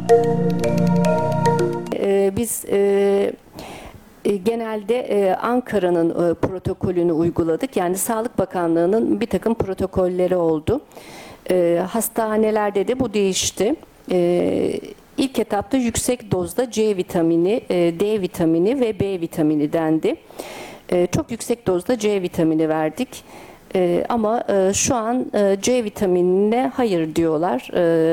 Biz genelde Ankara'nın protokolünü uyguladık. Yani Sağlık Bakanlığı'nın bir takım protokolleri oldu. Hastanelerde de bu değişti. İlk etapta yüksek dozda C vitamini, D vitamini ve B vitamini dendi. Çok yüksek dozda C vitamini verdik. Ama şu an C vitaminine hayır diyorlar.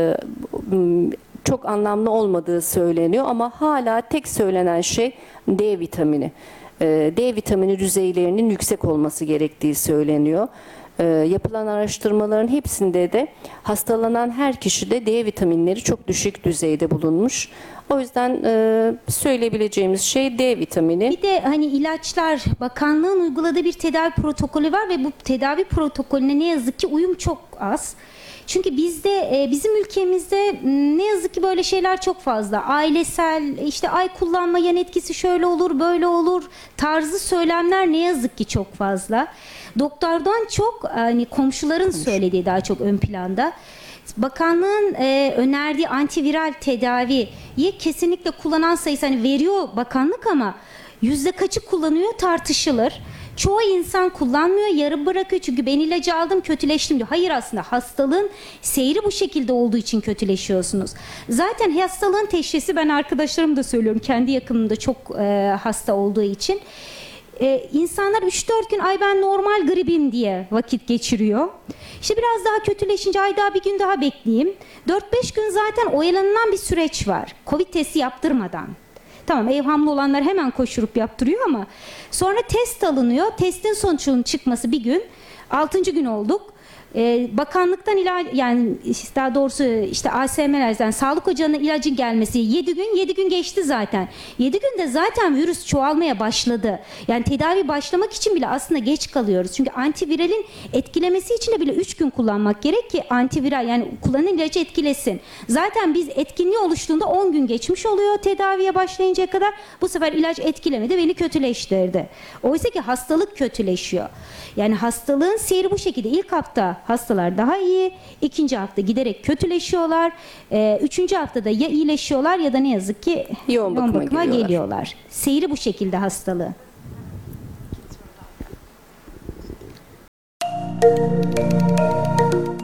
Çok anlamlı olmadığı söyleniyor ama hala tek söylenen şey D vitamini. D vitamini düzeylerinin yüksek olması gerektiği söyleniyor. Yapılan araştırmaların hepsinde de hastalanan her kişide D vitaminleri çok düşük düzeyde bulunmuş. O yüzden söyleyebileceğimiz şey D vitamini. Bir de hani ilaçlar, bakanlığın uyguladığı bir tedavi protokolü var ve bu tedavi protokolüne ne yazık ki uyum çok az. Çünkü bizde, bizim ülkemizde ne yazık ki böyle şeyler çok fazla. Ailesel, işte ay kullanma yan etkisi şöyle olur, böyle olur tarzı söylemler ne yazık ki çok fazla. Doktordan çok hani komşuların söylediği daha çok ön planda. Bakanlığın önerdiği antiviral tedaviyi kesinlikle kullanan sayısı hani veriyor bakanlık ama yüzde kaçı kullanıyor tartışılır. Çoğu insan kullanmıyor, yarım bırakıyor çünkü ben ilacı aldım kötüleştim diyor. Hayır, aslında hastalığın seyri bu şekilde olduğu için kötüleşiyorsunuz. Zaten hastalığın teşhisi, ben arkadaşlarım da söylüyorum kendi yakınımda çok hasta olduğu için. İnsanlar 3-4 gün ay ben normal gribim diye vakit geçiriyor. İşte biraz daha kötüleşince ay daha bir gün daha bekleyeyim. 4-5 gün zaten oyalanılan bir süreç var. Covid testi yaptırmadan. Tamam, evhamlı olanlar hemen koşturup yaptırıyor ama sonra test alınıyor. Testin sonucunun çıkması bir gün. 6. gün olduk. Bakanlıktan ilaç, yani daha doğrusu işte ASM'lerden sağlık ocağına ilacın gelmesi 7 gün geçti zaten. 7 günde zaten virüs çoğalmaya başladı. Yani tedavi başlamak için bile aslında geç kalıyoruz. Çünkü antiviralin etkilemesi için de bile 3 gün kullanmak gerek ki antiviral, yani kullanılan ilacı etkilesin. Zaten biz etkinliği oluştuğunda 10 gün geçmiş oluyor tedaviye başlayıncaya kadar. Bu sefer ilaç etkilemedi, beni kötüleştirdi. Oysa ki hastalık kötüleşiyor. Yani hastalığın seyri bu şekilde. İlk hafta hastalar daha iyi, ikinci hafta giderek kötüleşiyorlar, üçüncü haftada ya iyileşiyorlar ya da ne yazık ki yoğun bakıma geliyorlar. Seyri bu şekilde hastalığı.